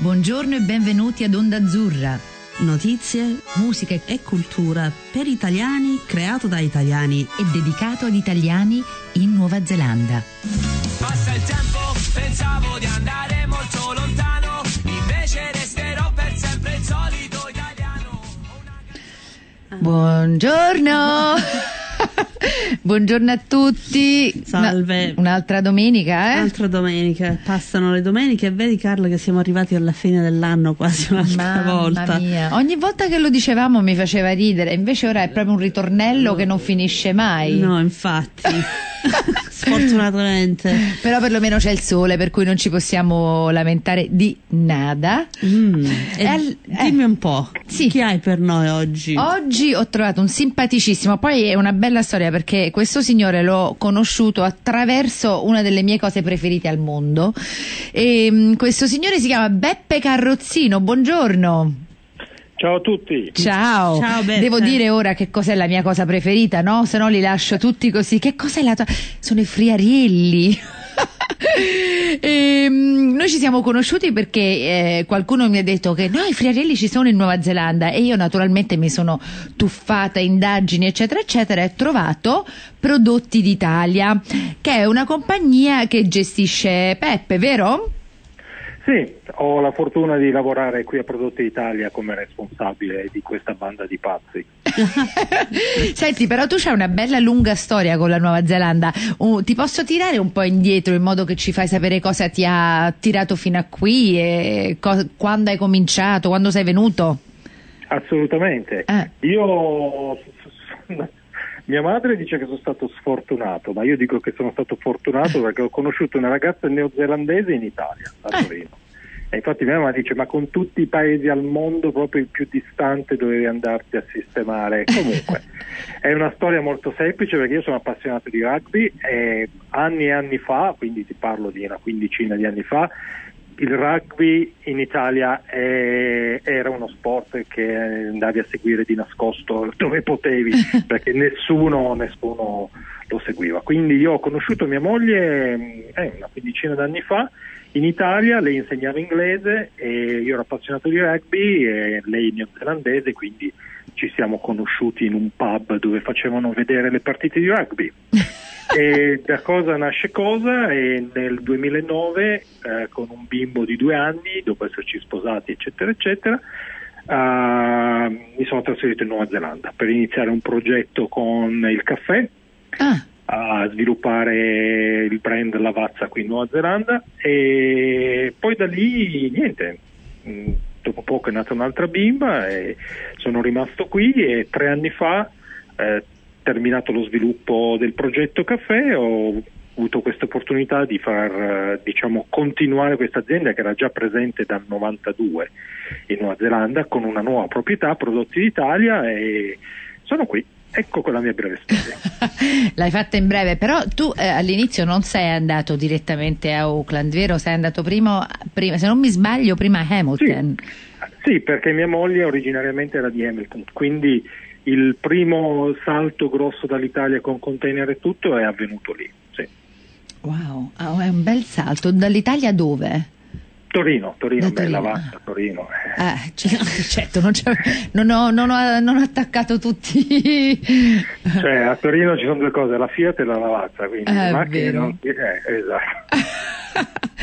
Buongiorno e benvenuti ad Onda Azzurra. Notizie, musica e cultura per italiani, creato da italiani e dedicato ad italiani in Nuova Zelanda. Passa il tempo, pensavo di andare molto lontano, invece resterò per sempre il solito italiano. Buongiorno! Buongiorno a tutti. Salve. Un'altra domenica, Altra domenica, passano le domeniche e vedi Carla che siamo arrivati alla fine dell'anno quasi un'altra volta. Mamma mia, ogni volta che lo dicevamo mi faceva ridere, invece ora è proprio un ritornello che non finisce mai. No, infatti. Sfortunatamente. Però perlomeno c'è il sole, per cui non ci possiamo lamentare di nada. Dimmi un po', sì. Chi hai per noi oggi? Oggi ho trovato un simpaticissimo, poi è una bella storia perché questo signore l'ho conosciuto attraverso una delle mie cose preferite al mondo. E questo signore si chiama Beppe Carrozzino. Buongiorno. Ciao a tutti. Ciao. Ciao Beppe. Devo dire ora che cos'è la mia cosa preferita, no? Se no li lascio tutti così. Che cos'è la tua? Sono i friarielli. Noi ci siamo conosciuti perché qualcuno mi ha detto che no, i friarielli ci sono in Nuova Zelanda e io naturalmente mi sono tuffata indagini eccetera eccetera e ho trovato Prodotti d'Italia, che è una compagnia che gestisce Peppe, vero? Sì, ho la fortuna di lavorare qui a Prodotti Italia come responsabile di questa banda di pazzi. Senti, però tu c'hai una bella lunga storia con la Nuova Zelanda. Ti posso tirare un po' indietro in modo che ci fai sapere cosa ti ha tirato fino a qui e quando hai cominciato, quando sei venuto? Assolutamente. Io... Mia madre dice che sono stato sfortunato, ma io dico che sono stato fortunato perché ho conosciuto una ragazza neozelandese in Italia, a Torino. E infatti mia mamma dice, ma con tutti i paesi al mondo proprio il più distante dovevi andarti a sistemare. Comunque, è una storia molto semplice perché io sono appassionato di rugby e anni e anni fa, quindi ti parlo di una quindicina di anni fa, il rugby in Italia era uno sport che andavi a seguire di nascosto dove potevi, perché nessuno lo seguiva. Quindi io ho conosciuto mia moglie una quindicina d'anni fa in Italia, lei insegnava inglese e io ero appassionato di rugby e lei neozelandese, quindi ci siamo conosciuti in un pub dove facevano vedere le partite di rugby. E da cosa nasce cosa, e nel 2009 con un bimbo di 2 anni, dopo esserci sposati eccetera eccetera, mi sono trasferito in Nuova Zelanda per iniziare un progetto con il caffè, a sviluppare il brand Lavazza qui in Nuova Zelanda, e poi da lì niente, dopo poco è nata un'altra bimba e sono rimasto qui e 3 anni fa, terminato lo sviluppo del progetto caffè, ho avuto questa opportunità di far continuare questa azienda che era già presente dal 92 in Nuova Zelanda con una nuova proprietà, Prodotti d'Italia, e sono qui. Ecco con la mia breve storia. L'hai fatta in breve, però tu all'inizio non sei andato direttamente a Auckland, vero? Sei andato prima, se non mi sbaglio, prima a Hamilton. Sì, perché mia moglie originariamente era di Hamilton, quindi il primo salto grosso dall'Italia con container e tutto è avvenuto lì. Sì. Wow, è un bel salto. Dall'Italia dove? Torino, Torino. Lavazza, Torino. Certo, non ho attaccato tutti. Cioè, a Torino ci sono 2 cose, la Fiat e la Lavazza, quindi macchine esatto.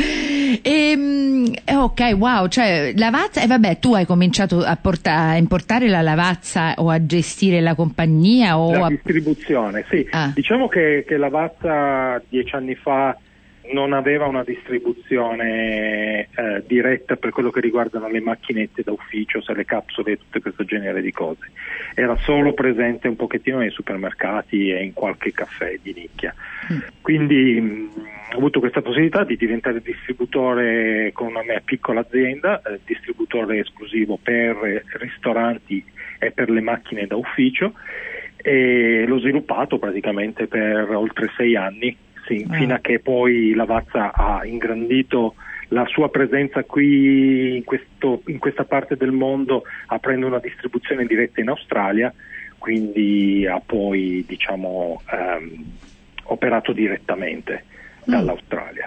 Ok, wow, cioè Lavazza, e vabbè, tu hai cominciato a importare la Lavazza o a gestire la compagnia o la distribuzione, sì. Diciamo che Lavazza 10 anni fa non aveva una distribuzione diretta per quello che riguardano le macchinette da ufficio, le capsule e tutto questo genere di cose. Era solo presente un pochettino nei supermercati e in qualche caffè di nicchia. Quindi ho avuto questa possibilità di diventare distributore con una mia piccola azienda, distributore esclusivo per ristoranti e per le macchine da ufficio, e l'ho sviluppato praticamente per oltre 6 anni. Fino a che poi Lavazza ha ingrandito la sua presenza qui in questa parte del mondo, aprendo una distribuzione diretta in Australia, quindi ha poi operato direttamente dall'Australia.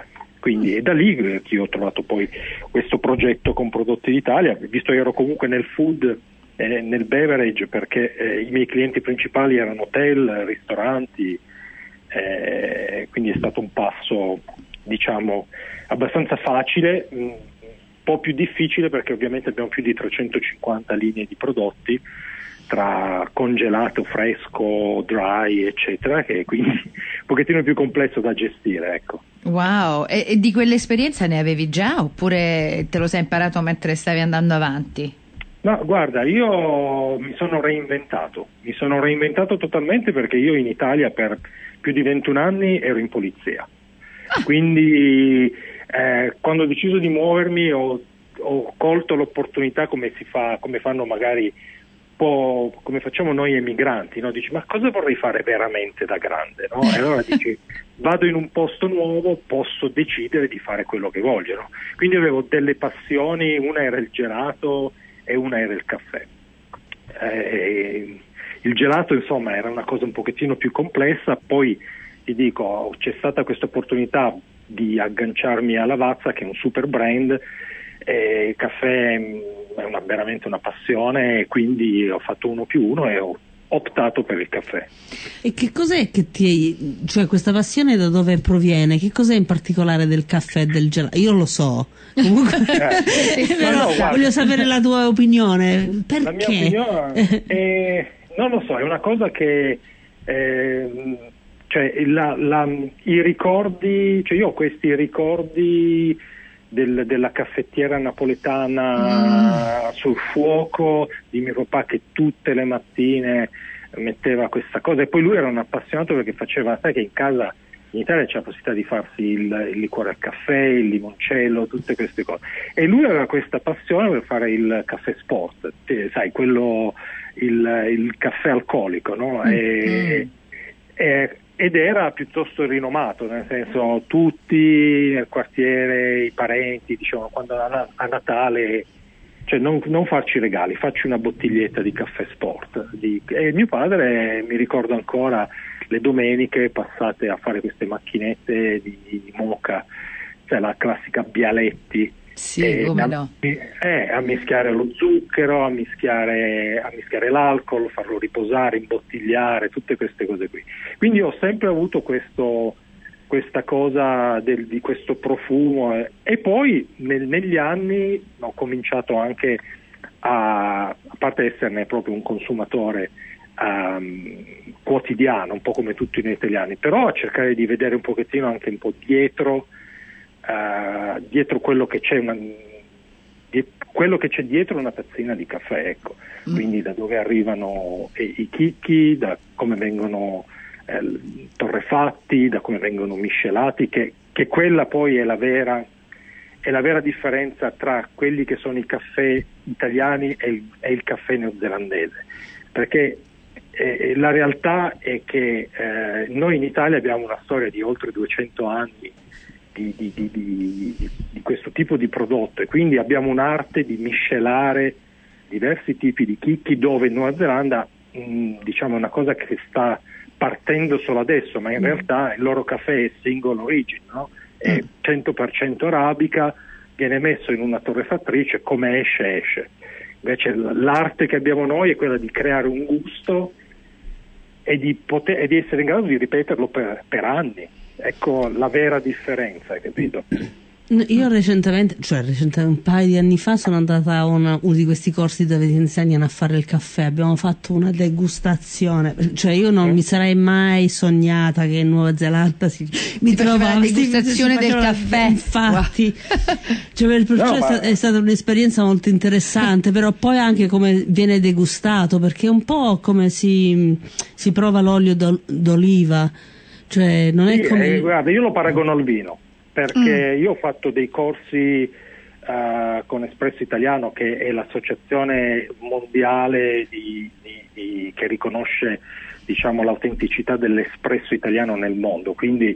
Quindi è da lì che io ho trovato poi questo progetto con Prodotti d'Italia, visto che ero comunque nel food, nel beverage, perché i miei clienti principali erano hotel, ristoranti, quindi è stato un passo, diciamo, abbastanza facile, un po' più difficile perché ovviamente abbiamo più di 350 linee di prodotti tra congelato, fresco, dry, eccetera, che quindi un pochettino più complesso da gestire, ecco. Wow, e di quell'esperienza ne avevi già oppure te lo sei imparato mentre stavi andando avanti? No, guarda, io mi sono reinventato totalmente, perché io in Italia per più di 21 anni ero in polizia. Quindi quando ho deciso di muovermi ho colto l'opportunità, come fanno magari come facciamo noi emigranti, no? Dici, ma cosa vorrei fare veramente da grande, no? E allora dici, vado in un posto nuovo, posso decidere di fare quello che voglio, no? Quindi avevo delle passioni, una era il gelato e una era il caffè. Il gelato, insomma, era una cosa un pochettino più complessa. Poi ti dico, c'è stata questa opportunità di agganciarmi a Lavazza, che è un super brand. Il caffè è veramente una passione, e quindi ho fatto 1+1 e ho optato per il caffè. E che cos'è che cioè questa passione da dove proviene? Che cos'è in particolare del caffè e del gelato? Io lo so, comunque però voglio sapere la tua opinione. Perché? La mia opinione non lo so, è una cosa che cioè i ricordi, cioè io ho questi ricordi della caffettiera napoletana sul fuoco di mio papà, che tutte le mattine metteva questa cosa, e poi lui era un appassionato perché faceva, sai che in casa in Italia c'è la possibilità di farsi il liquore al caffè, il limoncello, tutte queste cose, e lui aveva questa passione per fare il caffè sport, sai, quello, il caffè alcolico, no? Ed era piuttosto rinomato, nel senso, tutti nel quartiere, i parenti dicevano, quando a Natale, cioè non farci regali, facci una bottiglietta di caffè sport. E mio padre, mi ricordo ancora le domeniche passate a fare queste macchinette di moka, cioè la classica Bialetti, sì, come no, a mischiare lo zucchero, a mischiare l'alcol, farlo riposare, imbottigliare, tutte queste cose qui. Quindi ho sempre avuto questa cosa di questo profumo, e poi negli anni ho cominciato anche a parte esserne proprio un consumatore quotidiano, un po' come tutti noi italiani, però a cercare di vedere un pochettino anche un po' dietro quello che c'è, quello che c'è dietro una tazzina di caffè, ecco. Quindi da dove arrivano i chicchi, da come vengono torrefatti, da come vengono miscelati, che quella poi è la vera differenza tra quelli che sono i caffè italiani e il caffè neozelandese, perché la realtà è che noi in Italia abbiamo una storia di oltre 200 anni di questo tipo di prodotto, e quindi abbiamo un'arte di miscelare diversi tipi di chicchi, dove in Nuova Zelanda diciamo è una cosa che sta partendo solo adesso, ma in realtà il loro caffè è single origin, no? È 100% arabica, viene messo in una torrefattrice, come esce. Invece l'arte che abbiamo noi è quella di creare un gusto e di essere in grado di ripeterlo per anni. Ecco la vera differenza, hai capito? Io recentemente, un paio di anni fa, sono andata a uno di questi corsi dove ti insegnano a fare il caffè. Abbiamo fatto una degustazione, cioè io non mi sarei mai sognata che in Nuova Zelanda mi trovavo la degustazione del caffè. Infatti, cioè, il processo è stata un'esperienza molto interessante, però poi anche come viene degustato, perché è un po' come si prova l'olio d'oliva, cioè non è come... guarda, io lo paragono al vino, perché io ho fatto dei corsi con Espresso Italiano, che è l'associazione mondiale che riconosce, diciamo, l'autenticità dell'espresso italiano nel mondo. Quindi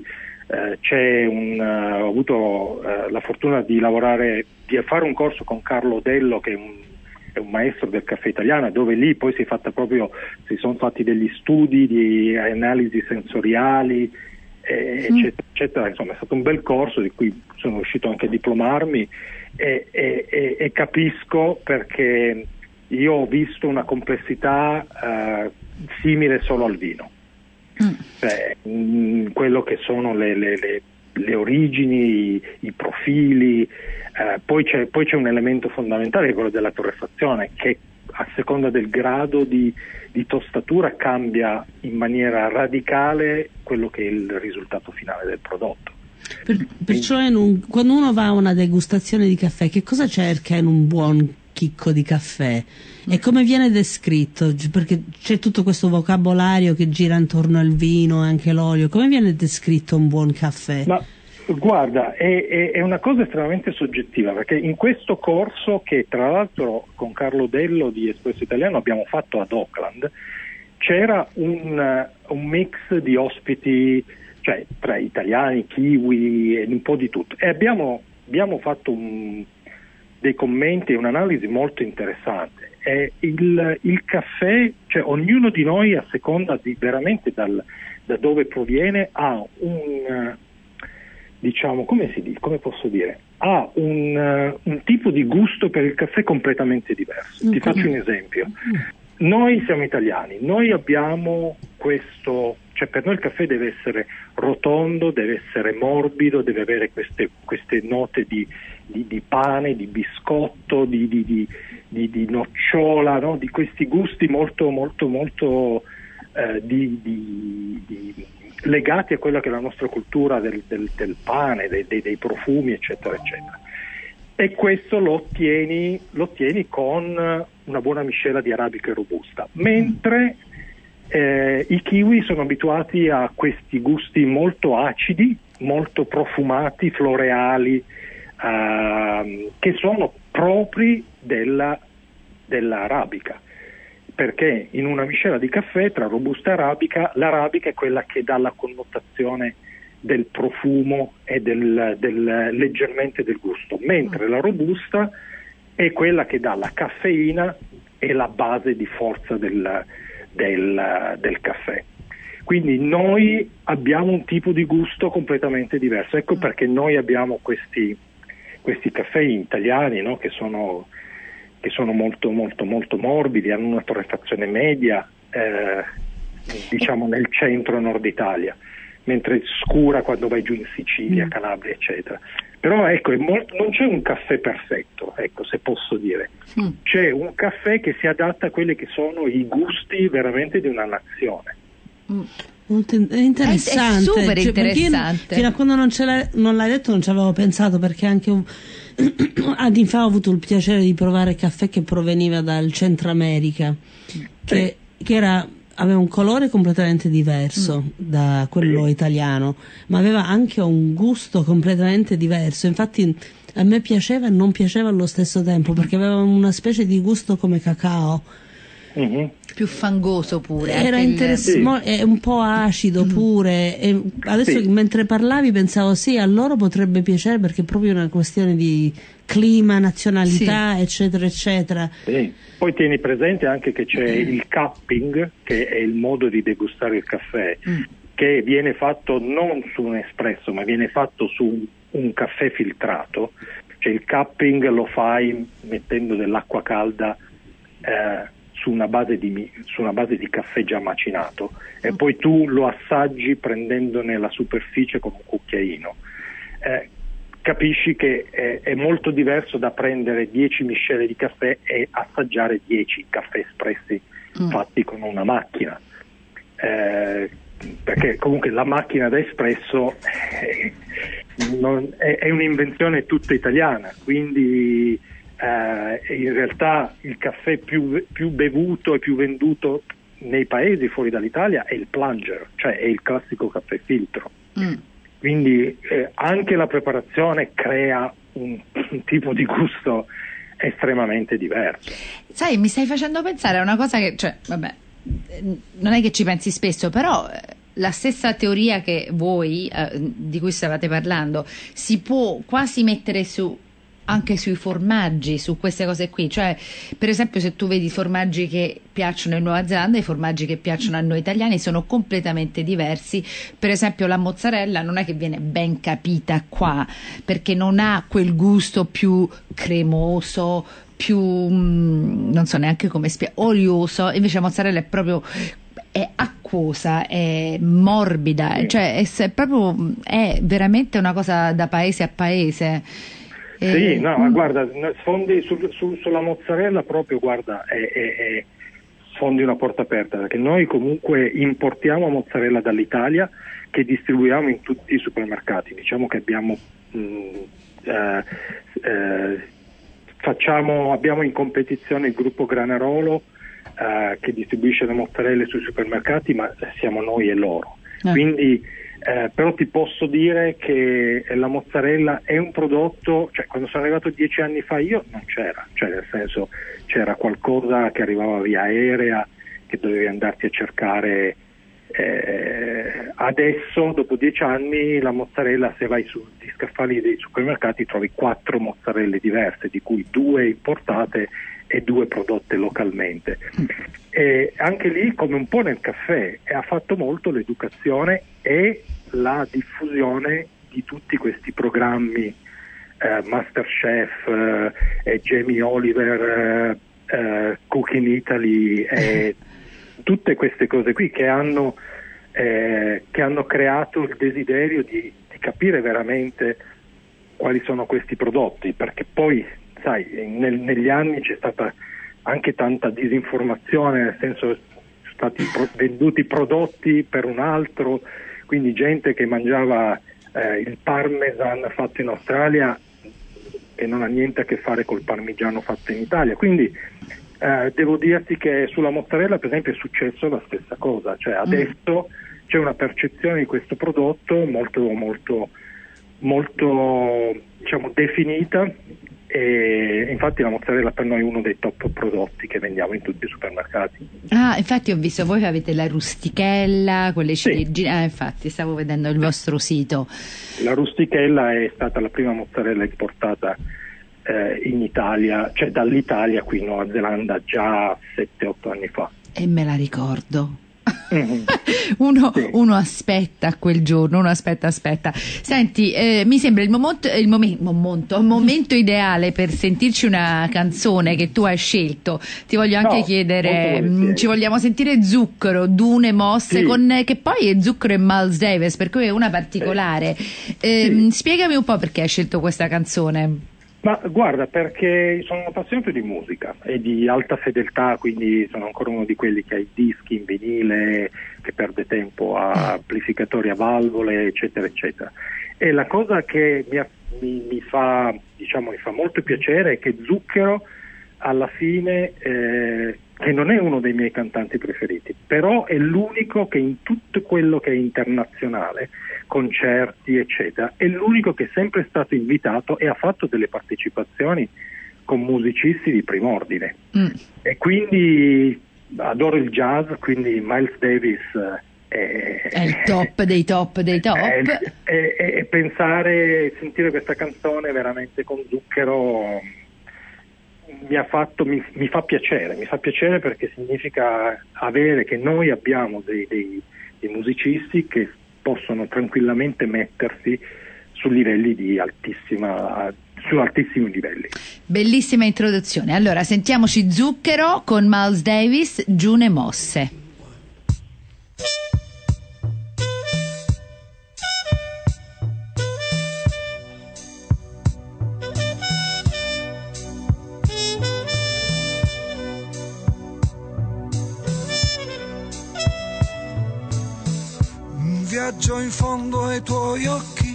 ho avuto la fortuna di fare un corso con Carlo Dello, che è un maestro del caffè italiano, dove lì poi si sono fatti degli studi di analisi sensoriali, eccetera. Insomma, è stato un bel corso di cui sono riuscito anche a diplomarmi e capisco, perché io ho visto una complessità simile solo al vino. Cioè, quello che sono le origini, i profili, poi c'è un elemento fondamentale, che è quello della torrefazione, che a seconda del grado di tostatura cambia in maniera radicale quello che è il risultato finale del prodotto. Perciò quando uno va a una degustazione di caffè, che cosa cerca in un buon chicco di caffè e come viene descritto? Perché c'è tutto questo vocabolario che gira intorno al vino e anche l'olio. Come viene descritto un buon caffè? Ma guarda, è una cosa estremamente soggettiva, perché in questo corso, che tra l'altro con Carlo Dello di Espresso Italiano abbiamo fatto ad Auckland, c'era un mix di ospiti, cioè tra italiani, kiwi e un po' di tutto, e abbiamo fatto dei commenti e un'analisi molto interessante. Il caffè, cioè ognuno di noi, a seconda di veramente da dove proviene, ha ha un tipo di gusto per il caffè completamente diverso. Ti faccio un esempio. Noi siamo italiani, noi abbiamo questo, cioè per noi il caffè deve essere rotondo, deve essere morbido, deve avere queste note di pane, di biscotto, di nocciola, no? Di questi gusti molto molto molto legati a quella che è la nostra cultura del pane, dei profumi, eccetera eccetera. E questo lo ottieni con una buona miscela di arabica e robusta, mentre i kiwi sono abituati a questi gusti molto acidi, molto profumati, floreali, che sono propri dell'arabica, perché in una miscela di caffè tra robusta e arabica, l'arabica è quella che dà la connotazione del profumo e leggermente del gusto, mentre la robusta è quella che dà la caffeina e la base di forza del caffè. Quindi noi abbiamo un tipo di gusto completamente diverso. Ecco perché noi abbiamo questi caffè italiani, no? che sono molto molto molto morbidi, hanno una torrefazione media, diciamo nel centro nord Italia, mentre scura quando vai giù in Sicilia, Calabria, eccetera. Però ecco, non c'è un caffè perfetto, ecco, se posso dire. C'è un caffè che si adatta a quelli che sono i gusti veramente di una nazione. È interessante, è super interessante. Fino a quando non l'hai detto non ci avevo pensato, perché anche anni fa ho avuto il piacere di provare caffè che proveniva dal Centro America, che aveva un colore completamente diverso da quello italiano, ma aveva anche un gusto completamente diverso. Infatti a me piaceva e non piaceva allo stesso tempo, perché aveva una specie di gusto come cacao. Più fangoso pure. Era interessante, un po' acido pure. E adesso mentre parlavi pensavo a loro potrebbe piacere, perché è proprio una questione di clima, nazionalità, eccetera eccetera. Sì. Poi tieni presente anche che c'è il cupping, che è il modo di degustare il caffè, che viene fatto non su un espresso, ma viene fatto su un caffè filtrato. Cioè il cupping lo fai mettendo dell'acqua calda su una base di caffè già macinato, e poi tu lo assaggi prendendone la superficie con un cucchiaino. Capisci che è molto diverso da prendere 10 miscele di caffè e assaggiare 10 caffè espressi fatti con una macchina, perché comunque la macchina da espresso è un'invenzione tutta italiana, quindi in realtà il caffè più bevuto e più venduto nei paesi fuori dall'Italia è il plunger, cioè è il classico caffè filtro. Quindi anche la preparazione crea un tipo di gusto estremamente diverso. Sai, mi stai facendo pensare a una cosa che, cioè, vabbè, non è che ci pensi spesso, però la stessa teoria che voi, di cui stavate parlando, si può quasi mettere su anche sui formaggi, su queste cose qui, cioè per esempio se tu vedi i formaggi che piacciono in Nuova Zelanda e i formaggi che piacciono a noi italiani sono completamente diversi. Per esempio la mozzarella non è che viene ben capita qua, perché non ha quel gusto più cremoso, più non so neanche come olioso, invece la mozzarella è acquosa, è morbida, cioè è veramente una cosa da paese a paese. Sì, no, ma guarda, sfondi sulla mozzarella proprio, guarda, sfondi una porta aperta, perché noi comunque importiamo mozzarella dall'Italia che distribuiamo in tutti i supermercati. Diciamo che abbiamo abbiamo in competizione il gruppo Granarolo che distribuisce le mozzarelle sui supermercati, ma siamo noi e loro. Quindi però ti posso dire che la mozzarella è un prodotto, cioè quando sono arrivato 10 anni fa io non c'era, cioè nel senso c'era qualcosa che arrivava via aerea che dovevi andarti a cercare. Adesso dopo 10 anni la mozzarella, se vai sugli scaffali dei supermercati trovi 4 mozzarelle diverse, di cui 2 importate e 2 prodotte localmente. E anche lì, come un po' nel caffè, ha fatto molto l'educazione e la diffusione di tutti questi programmi, Masterchef, Jamie Oliver, Cook in Italy, tutte queste cose qui che hanno creato il desiderio di capire veramente quali sono questi prodotti, perché poi sai, negli anni c'è stata anche tanta disinformazione, nel senso sono stati venduti prodotti per un altro, quindi gente che mangiava il parmesan fatto in Australia e non ha niente a che fare col parmigiano fatto in Italia. Quindi devo dirti che sulla mozzarella per esempio è successo la stessa cosa, cioè adesso c'è una percezione di questo prodotto molto diciamo definita, e infatti la mozzarella per noi è uno dei top prodotti che vendiamo in tutti i supermercati. Infatti ho visto voi avete la rustichella, quelle ciliegine, infatti stavo vedendo il vostro sito. La rustichella è stata la prima mozzarella esportata in Italia, cioè dall'Italia qui in Nuova Zelanda già 7-8 anni fa. E me la ricordo. Uno aspetta quel giorno, uno aspetta. Senti, mi sembra il momento ideale per sentirci una canzone che tu hai scelto. Ti voglio anche chiedere, ci vogliamo sentire Zucchero, Dune Mosse, che poi è Zucchero e Miles Davis, per cui è una particolare. Spiegami un po' perché hai scelto questa canzone. Ma guarda, perché sono appassionato di musica e di alta fedeltà, quindi sono ancora uno di quelli che ha i dischi in vinile, che perde tempo a amplificatori a valvole, eccetera eccetera. E la cosa che mi fa molto piacere è che Zucchero alla fine, che non è uno dei miei cantanti preferiti, però è l'unico che in tutto quello che è internazionale, concerti eccetera, è l'unico che è sempre stato invitato e ha fatto delle partecipazioni con musicisti di prim'ordine. E quindi adoro il jazz, quindi Miles Davis è il top dei top. E sentire questa canzone veramente con Zucchero mi fa piacere perché significa che noi abbiamo dei musicisti che possono tranquillamente mettersi su livelli su altissimi livelli. Bellissima introduzione. Allora sentiamoci Zucchero con Miles Davis, Dune Mosse. Viaggio in fondo ai tuoi occhi,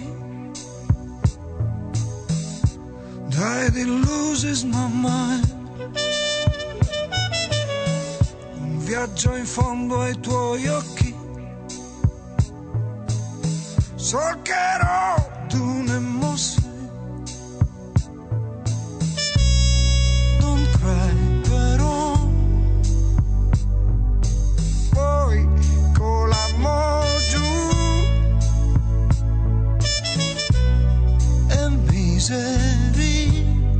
that it loses my mind. Un viaggio in fondo ai tuoi occhi, solcherò dune mosse. Don't cry però, poi con l'amore misery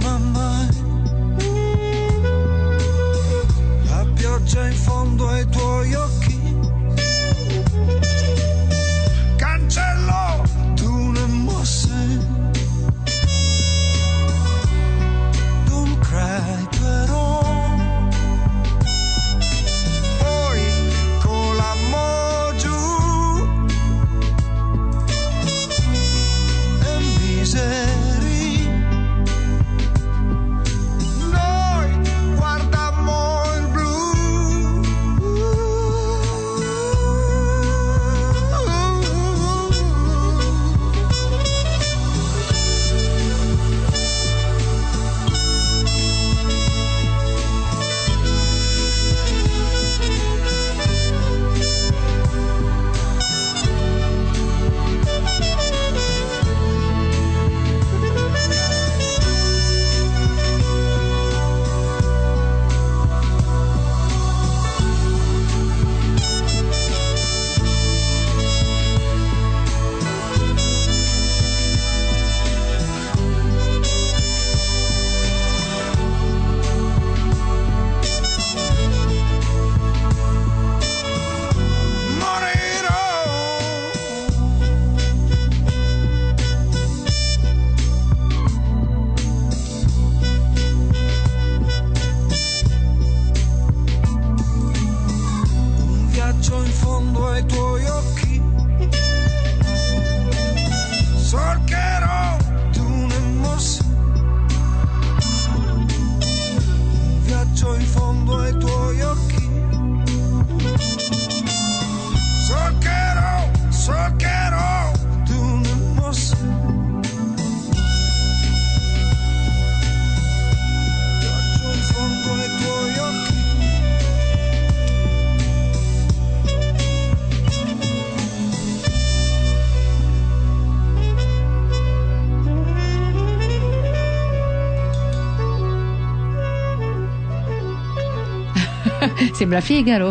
ferma mai. La pioggia in fondo ai tuoi occhi, cancello tu ne mosse. Don't cry però, poi con l'amore giù e miseri noi guardammo il blu. In fondo ai tuoi occhi, cercherò tu ne mosse. Un viaggio in fondo ai tuoi occhi, cercherò tu ne mosse. Viaggio in fondo ai tuoi occhi. Sembra Figaro.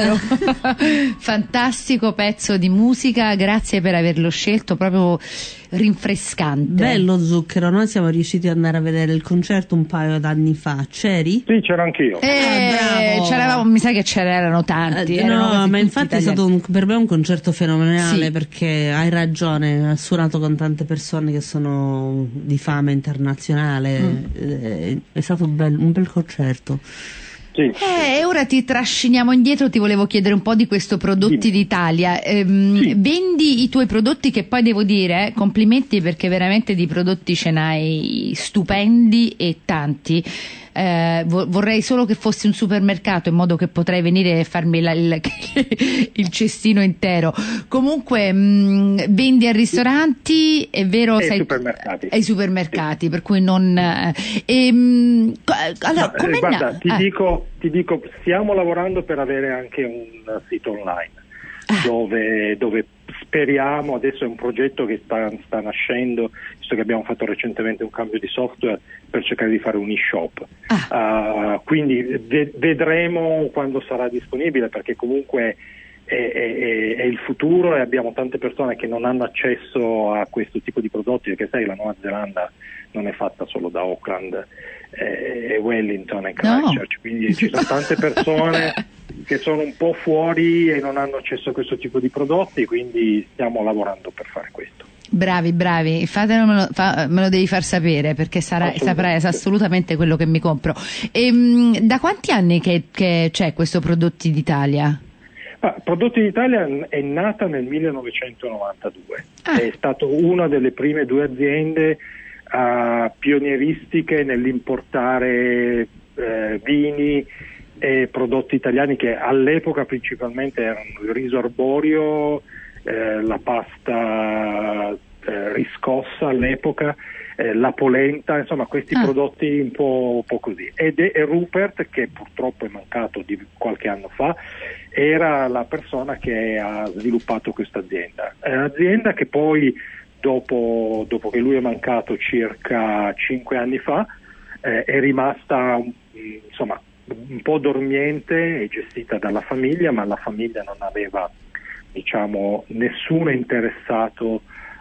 Fantastico pezzo di musica, grazie per averlo scelto, proprio rinfrescante. Bello Zucchero, noi siamo riusciti ad andare a vedere il concerto un paio d'anni fa. C'eri? Sì, c'ero anch'io. Bravo. C'eravamo, mi sa che c'erano tanti. No, ma infatti è stato per me un concerto fenomenale, sì, perché hai ragione, ha suonato con tante persone che sono di fama internazionale. È stato un bel concerto. Sì. Ora ti trasciniamo indietro, ti volevo chiedere un po' di questo Prodotti d'Italia. Vendi i tuoi prodotti, che poi devo dire, complimenti, perché veramente di prodotti ce n'hai stupendi e tanti. Vorrei solo che fossi un supermercato, in modo che potrei venire e farmi il cestino intero. Comunque vendi a ristoranti, è vero? Supermercati. Ai supermercati, sì. Per cui non allora, guarda, ti dico, stiamo lavorando per avere anche un sito online dove speriamo, adesso è un progetto che sta nascendo, visto che abbiamo fatto recentemente un cambio di software, per cercare di fare un e-shop. Quindi vedremo quando sarà disponibile, perché comunque è il futuro, e abbiamo tante persone che non hanno accesso a questo tipo di prodotti, perché sai, la Nuova Zelanda non è fatta solo da Auckland e Wellington e Christchurch, quindi ci sono tante persone che sono un po' fuori e non hanno accesso a questo tipo di prodotti, quindi stiamo lavorando per fare questo. Bravi, me lo devi far sapere, perché saprai assolutamente quello che mi compro. Da quanti anni che c'è questo Prodotti d'Italia? Prodotti d'Italia è nata nel 1992, è stato una delle prime 2 aziende pionieristiche nell'importare vini e prodotti italiani, che all'epoca principalmente erano il riso arborio, la pasta riscossa all'epoca, la polenta, insomma questi prodotti un po' così. Ed è Rupert, che purtroppo è mancato di qualche anno fa, era la persona che ha sviluppato questa azienda. È un'azienda che poi dopo che lui è mancato circa 5 anni fa è rimasta insomma un po' dormiente e gestita dalla famiglia, ma la famiglia non aveva, diciamo, nessuno interessato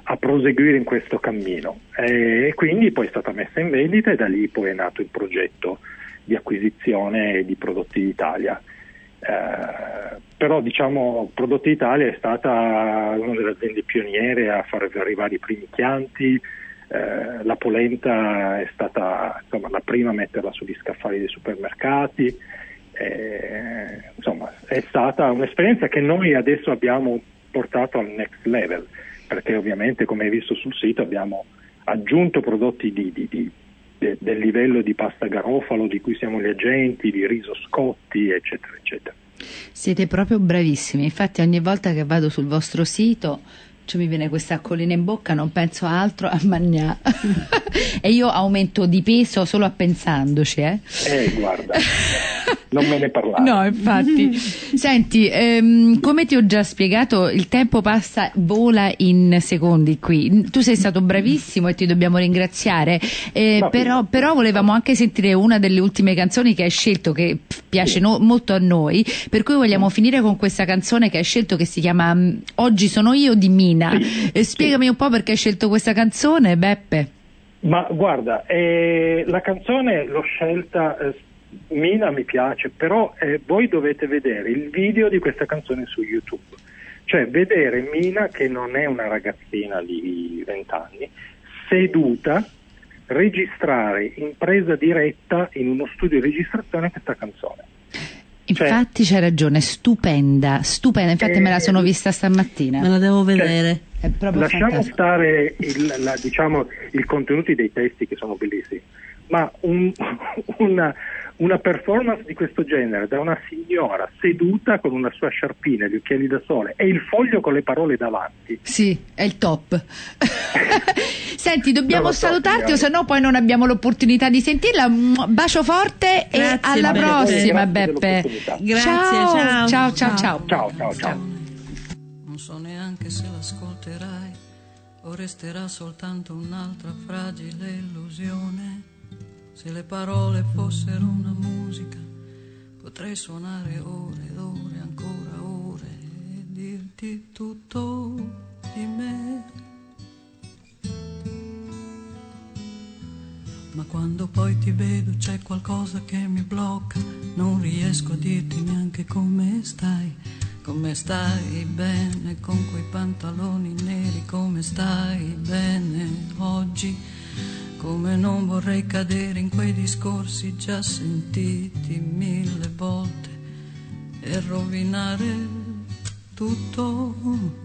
a proseguire in questo cammino, e quindi poi è stata messa in vendita e da lì poi è nato il progetto di acquisizione di Prodotti d'Italia. Però diciamo Prodotti d'Italia è stata una delle aziende pioniere a far arrivare i primi chianti. La polenta è stata la prima a metterla sugli scaffali dei supermercati. Insomma, è stata un'esperienza che noi adesso abbiamo portato al next level, perché ovviamente, come hai visto sul sito, abbiamo aggiunto prodotti del livello di pasta garofalo di cui siamo gli agenti, di riso Scotti, eccetera eccetera. Siete proprio bravissimi, infatti ogni volta che vado sul vostro sito mi viene questa acquolina in bocca, non penso a altro a mangiare. E io aumento di peso solo a pensandoci. Guarda, non me ne parlare. No, infatti. Senti, come ti ho già spiegato, il tempo vola in secondi qui. Tu sei stato bravissimo e ti dobbiamo ringraziare, però volevamo anche sentire una delle ultime canzoni che hai scelto, che piace molto a noi, per cui vogliamo finire con questa canzone che hai scelto, che si chiama Oggi sono io, di Mina. Spiegami un po' perché hai scelto questa canzone, Beppe. Ma guarda, la canzone l'ho scelta, Mina mi piace, però voi dovete vedere il video di questa canzone su YouTube, cioè vedere Mina, che non è una ragazzina di 20 anni, seduta, registrare in presa diretta in uno studio di registrazione questa canzone. Infatti c'hai ragione, stupenda, infatti me la sono vista stamattina. Me la devo vedere. È proprio lasciamo fantastico. stare i contenuti dei testi, che sono bellissimi, ma una performance di questo genere da una signora seduta con una sua sciarpina e gli occhiali da sole e il foglio con le parole davanti. Sì, è il top. Senti, dobbiamo salutarti, o se no poi non abbiamo l'opportunità di sentirla. Un bacio forte. Grazie, e alla prossima, Beppe. Grazie, ciao. Ciao. Non so neanche se l'ascolterai o resterà soltanto un'altra fragile illusione. Se le parole fossero una musica, potrei suonare ore ed ore, ancora ore, e dirti tutto di me. Ma quando poi ti vedo c'è qualcosa che mi blocca, non riesco a dirti neanche come stai. Come stai bene con quei pantaloni neri, come stai bene oggi? Come non vorrei cadere in quei discorsi già sentiti 1000 volte e rovinare tutto